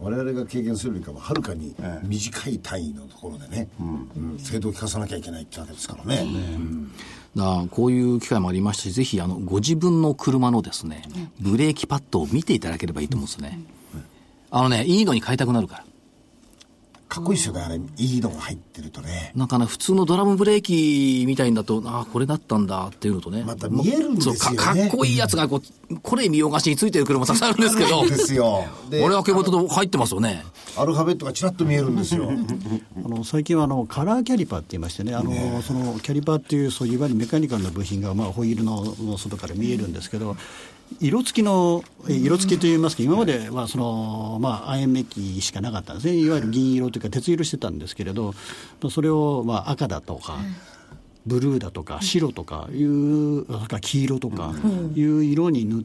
我々が経験するよりかははるかに短い単位のところでね、うんうん、制度を聞かさなきゃいけないってわけですからね、うん、 だからこういう機会もありましたし、ぜひあのご自分の車のですねブレーキパッドを見ていただければいいと思うんですね、うんうん、あのねいいのに変えたくなるから。 かっこいいですよね、あれいいのが入ってるとね。 なんかね普通のドラムブレーキみたいんだと、ああこれだったんだっていうのとね、 また見えるんですよね。 そう か, かっこいいやつがこうこれ見よがしについてる車もたくさんあるんですけどですよ。 俺はけぼとと入ってますよね。 アルファベットがちらっと見えるんですよあの最近はあのカラーキャリパーって言いましてね、あのねそのキャリパーっていうそういわゆるメカニカルな部品が、まあ、ホイール の, の外から見えるんですけど、色付きの色付きといいますか、今まではその、まあ、亜鉛メッキしかなかったんですね。いわゆる銀色というか鉄色してたんですけれど、それをまあ赤だとかブルーだとか白とかいう黄色とかいう色に塗って、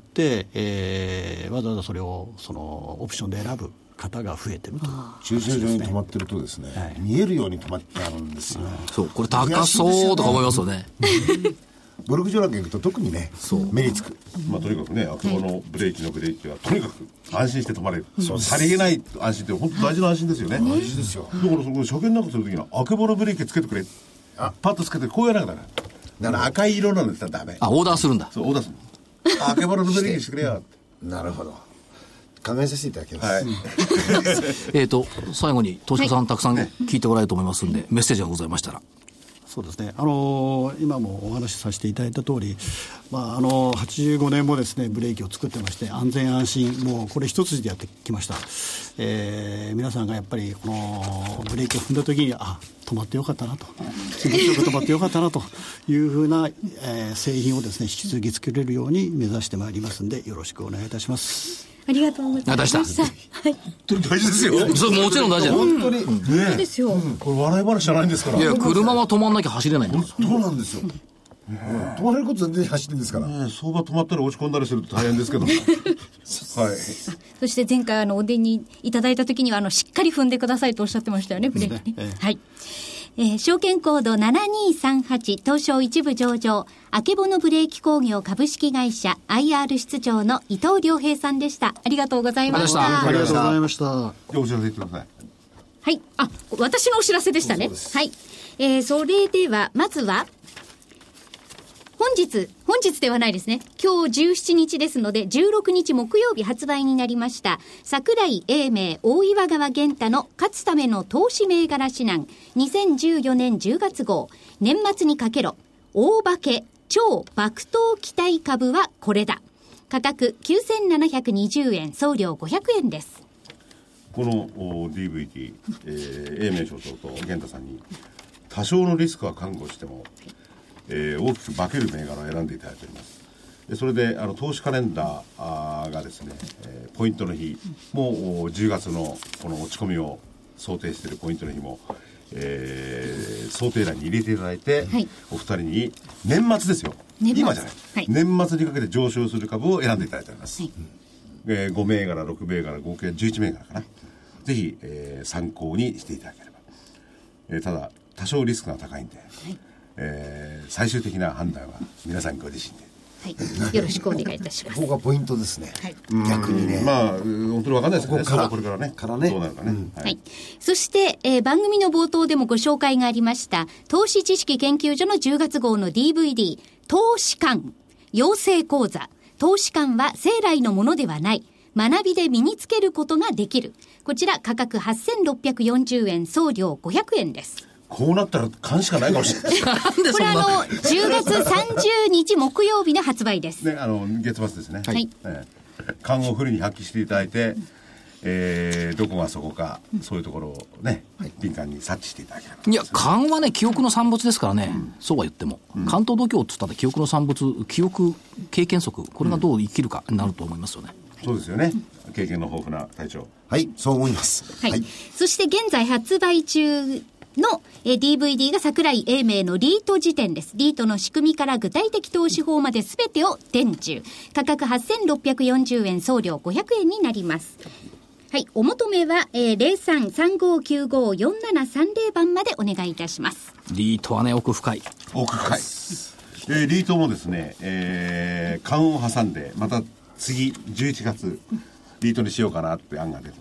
えー、わざわざそれをそのオプションで選ぶ方が増えてると。 駐車場に止まってるとですね、はい、見えるように止まってあるんですよ。 そうこれ高そうとか思いますよねゴルフ場なんか行くと特にね、そう目につく、 まあ、とにかくね、あそこのブレーキのブレーキはとにかく安心して止まれる、そうさりげない安心って本当大事な安心ですよね。 大事ですよ。 だからその車検なんかするときにはあけぼのブレーキつけてくれ、あパッとつけてこうやらなきゃダメだから赤い色なんですからダメ。 あオーダーするんだ。 そうオーダーするあけぼののブレーキしてくれよなるほど、考えさせていただきます、はい、 えーと最後に投資家さんたくさん聞いておられると思いますんで、はい、メッセージがございましたら。 そうですね、あのー、今もお話しさせていただいた通り、まああのー、はちじゅうごねんもですねブレーキを作ってまして、安全安心もうこれ一筋でやってきました、えー、皆さんがやっぱりこのブレーキを踏んだ時にあ止まってよかったなと、気持ちよく止まってよかったなというふうな、えー、製品をですね引き続き作れるように目指してまいりますので、よろしくお願いいたします。 ありがとうございました。はい。 本当に大事ですよ。 そうもちろん大事だよ。 本当に、うん、 ね、そうですよ、うん。 これ笑い話じゃないんですから。 いや車は止まんなきゃ走れないんだ。 そうなんですよ。うんうん、止まれること全然走ってるんですから。 ね、相場止まったら落ち込んだりすると大変ですけど。はい。 そして前回あのお出にいただいた時にはあのしっかり踏んでくださいとおっしゃってましたよね、ブレーキね。ええ、はい。えー、証券コードななにさんはち東証一部上場あけぼのブレーキ工業株式会社 アイアール 室長の伊藤良平さんでした。ありがとうございました。 ありがとうございました。 お知らせください。 はい。あ、私のお知らせでしたね。はい。えー、それではまずは本日、本日ではないですね。今日じゅうしちにちですので、じゅうろくにち木曜日発売になりました、櫻井英明大岩川源太の勝つための投資銘柄指南、にせんじゅうよねんじゅうがつ号、年末にかけろ、大化け、超爆投期待株はこれだ。価格きゅうせんななひゃくにじゅうえん、送料ごひゃくえんです。 この ディーブイディー、えー、英明所長と源太さんに、多少のリスクは覚悟しても、えー、大きく化ける銘柄を選んでいただいております。でそれであの投資カレンダーがですね、えー、ポイントの日もうじゅうがつのこの落ち込みを想定しているポイントの日も、えー、想定欄に入れていただいて、はい、お二人に年末ですよ、今じゃない、はい、年末にかけて上昇する株を選んでいただいております、はい、えー、ご銘柄ろく銘柄合計じゅういち銘柄かな。ぜひ、えー、参考にしていただければ、えー、ただ多少リスクが高いんで、はい、えー、最終的な判断は皆さんご自身で、 はい、よろしくお願いいたします。 ここがポイントですね、はい、逆にね、 まあ本当に分かんないですけどね、ここからこれからね、 からねどうなるかね、うん、 はいはい、そして、えー、番組の冒頭でもご紹介がありました投資知識研究所のじゅうがつ号の ディーブイディー 投資館養成講座、投資館は生来のものではない、学びで身につけることができる。こちら価格はっせんろっぴゃくよんじゅうえん、送料ごひゃくえんです。 こうなったら勘しかないかもしれないこれあのじゅうがつさんじゅうにち木曜日の発売です、 ね、あの月末ですね。 はい、 えー、勘をフルに発揮していただいて、えー、どこがそこか、うん、そういうところをね、はい、敏感に察知していただければ、ね、 いや勘はね記憶の産物ですからね、うん、そうは言っても、うん、関東度胸って言ったら記憶の産物、記憶経験則、これがどう生きるかになると思いますよね、 うん、そうですよね、経験の豊富な隊長。 はい、そう思います、 はいはい、そして現在発売中の ディーブイディー が櫻井英明のリート辞典です。リートの仕組みから具体的投資法まで全てを伝授。価格はっせんろっぴゃくよんじゅうえん、送料ごひゃくえんになります。はい、お求めは、えー、ゼロさん さんごきゅうご よんななさんゼロ 番までお願いいたします。 リートはね奥深い。 奥深い。えー、リートもですね、えー、勘を挟んでまた次じゅういちがつリートにしようかなって案が出てましてね。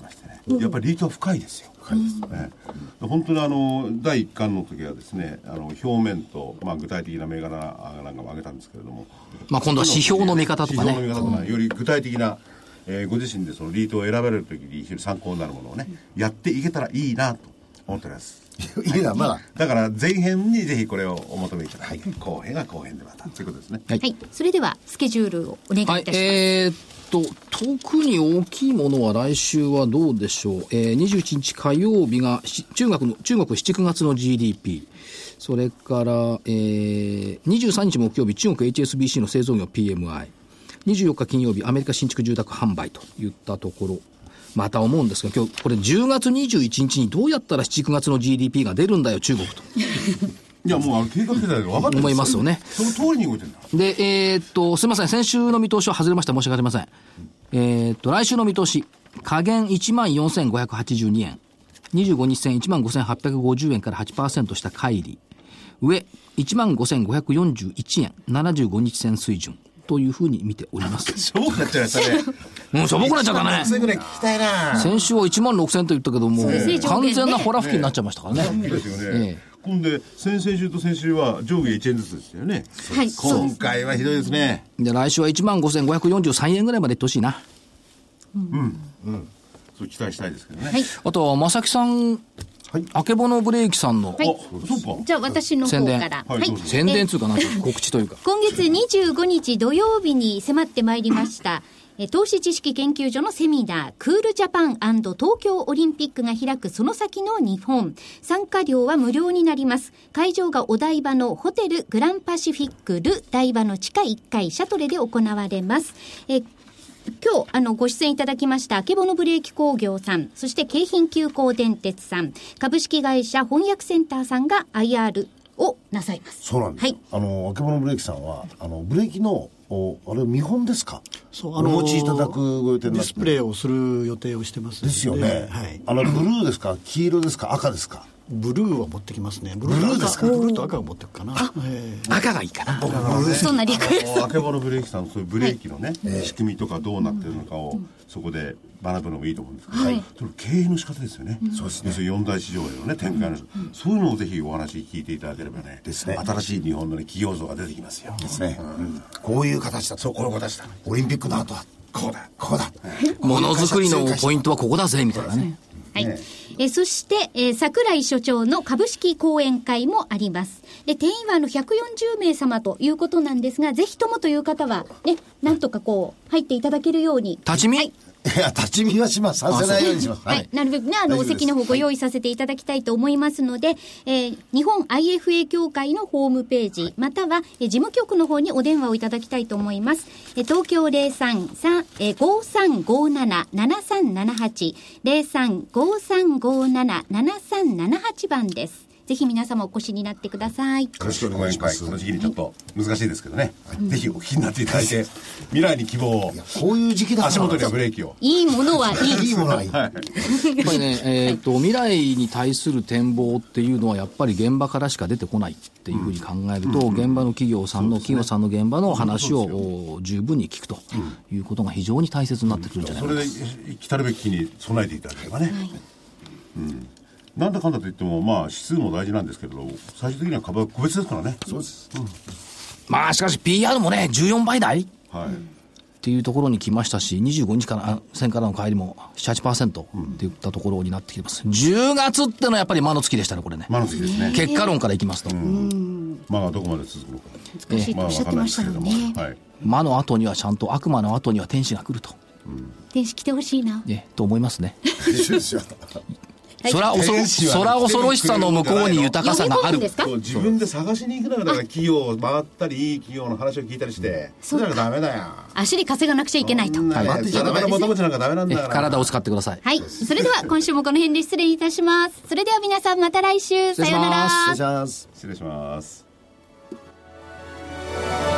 やっぱりリートは深いですよ。深いですね。本当にあのだいいっかんの時はですね、あの表面と、まあ、具体的な銘柄なんかも挙げたんですけれども、 まあ、今度は指標の見方とかね、 指標の見方とか、より具体的な、えー、ご自身でそのリートを選ばれる時に非常に参考になるものをね、やっていけたらいいなと思っております。 いいな、まだ。 だから前編にぜひこれをお求めいただいて、後編が後編でまたということですね。 はい、はい、それではスケジュールをお願いいたします。はい、 えーと特に大きいものは来週はどうでしょう。えー、にじゅういちにち火曜日が中国の中国しち、くがつの ジーディーピー、それから、えー、にじゅうさんにち木曜日中国 エイチエスビーシー の製造業 ピーエムアイ、 にじゅうよっか金曜日アメリカ新築住宅販売といったところ、また思うんですが、今日これじゅうがつにじゅういちにちにどうやったらしち、くがつの ジーディーピー が出るんだよ中国といや、もうあの計画世代で分かってる思いますよね。 その通りに動いてるんだ。 で、えー、っと、すみません。先週の見通しは外れました。申し訳ありません。えー、っと、来週の見通し。下限 いちまんよんせんごひゃくはちじゅうにえん。にじゅうごにち線 いちまんごせんはっぴゃくごじゅうえんから はちパーセント した乖離。上、いちまんごせんごひゃくよんじゅういちえん。ななじゅうごにち線水準。というふうに見ております。 しょぼくなっちゃいましたね。 うん、しょぼくなっちゃったね。 ろくせんぐらい聞きたいな。 先週はいちまんろくせんと言ったけども、ね、完全なホラ吹きになっちゃいましたからね。 ねですよね。ええ、今度先々週と先週は上下いちえんずつですよね。 はい。 今回はひどいですね。 で、来週はいちまんごせんごひゃくよんじゅうさんえんぐらいまでいってほしいな。 うん。うん。そう期待したいですけどね。はい。 あとは、正木さん、はい、あけぼのブレーキさんの、 はい、そうか。じゃあ私の方から。 はい。宣伝というかなんか告知というか。 今月にじゅうごにち土曜日に迫ってまいりました。投資知識研究所のセミナー、クールジャパン&東京オリンピックが開くその先の日本。参加料は無料になります。会場がお台場のホテルグランパシフィックル台場の地下いっかいシャトレで行われます。え今日あのご出演いただきましたあけぼのブレーキ工業さん、そして京浜急行電鉄さん、株式会社翻訳センターさんが アイアール をなさいます。 そうなんです。はい、あのあけぼのブレーキさんはあのブレーキのおあれ見本ですか。 そうあのお持ちいただくご予定になってディスプレイをする予定をしてますので。 ですよね。はい、あのブルーですか、黄色ですか、赤ですか。 ブルーは持ってきますね。ブルーですか。 ブルーと赤を持っていくかな。 赤がいいかな。 そんなリクエスト。 あけぼのブレーキさんのそういうブレーキのね、はい、仕組みとかどうなってるのかを、うん、そこで学ぶのもいいと思うんですけど、はい、それ経営の仕方ですよね。うん、そうですね。四大市場へのね展開の、うん、そういうのをぜひお話聞いていただければね。ですね。新しい日本の、ね、企業像が出てきますよ。 ですね。うん、こういう形だ。そう、この形だ。オリンピックの後はこうだ、こうだ。 ものづくりのポイントはここだぜみたいなね。 はい。えそして、えー、櫻井所長の株式講演会もあります。で、定員はあのひゃくよんじゅうめい様ということなんですが、ぜひともという方は、ね、なんとかこう、入っていただけるように。 立ち見、 はい、 いや、立ち見はします。させないようにします。 はい。はい、なるべくね、あの、お席の方ご用意させていただきたいと思いますので、はい、えー、日本 アイエフエー 協会のホームページ、または、えー、事務局の方にお電話をいただきたいと思います。えー、東京 ゼロさん ごさんごなな ななさんななはち ゼロさん ごさんごなな ななさんななはち番です。ぜひ皆様お越しになってください。よろしくお願いします。この時期にちょっと難しいですけどね、はい、ぜひお聞きになっていただいて、未来に希望を、 こういう時期だから足元にはブレーキを、 いいものはいいいいものはいい、はい、 やっぱりね、えー、と未来に対する展望っていうのはやっぱり現場からしか出てこないっていうふうに考えると、うん、現場の企業さんの、企業さんの現場の話を十分に聞くということが非常に大切になってくるんじゃないかな、 うん、それで来たるべき日に備えていただければね、はい、うん、なんだかんだといっても、まあ、指数も大事なんですけれど、最終的には株は個別ですからね。 そうです、 うん、まあしかし ピーアール もねじゅうよんばい台、はい、っていうところに来ましたし、にじゅうごにちから線からの帰りも なな、はちパーセント っていったところになってきてます、うん、じゅうがつってのはやっぱり魔の月でしたね、これね。 魔の月ですね。 結果論からいきますと、うん、 まあどこまで続くのか難しいとおっしゃってましたもんね、 まあ、はい、 魔の後にはちゃんと、悪魔の後には天使が来ると、 うん、天使来てほしいな、 ね、と思いますね。 はい、 空恐ろ空恐ろしさの向こうに豊かさがある。 自分で探しに行くのが、だから企業を回ったり、いい企業の話を聞いたりして、それはダメだよ。 足に稼がなくちゃいけないと。 はい、体求めちゃなんかダメなんだから。 体を使ってください。 はい。それでは今週もこの辺で失礼いたします。それでは皆さんまた来週。さようなら。 失礼します。 失礼します。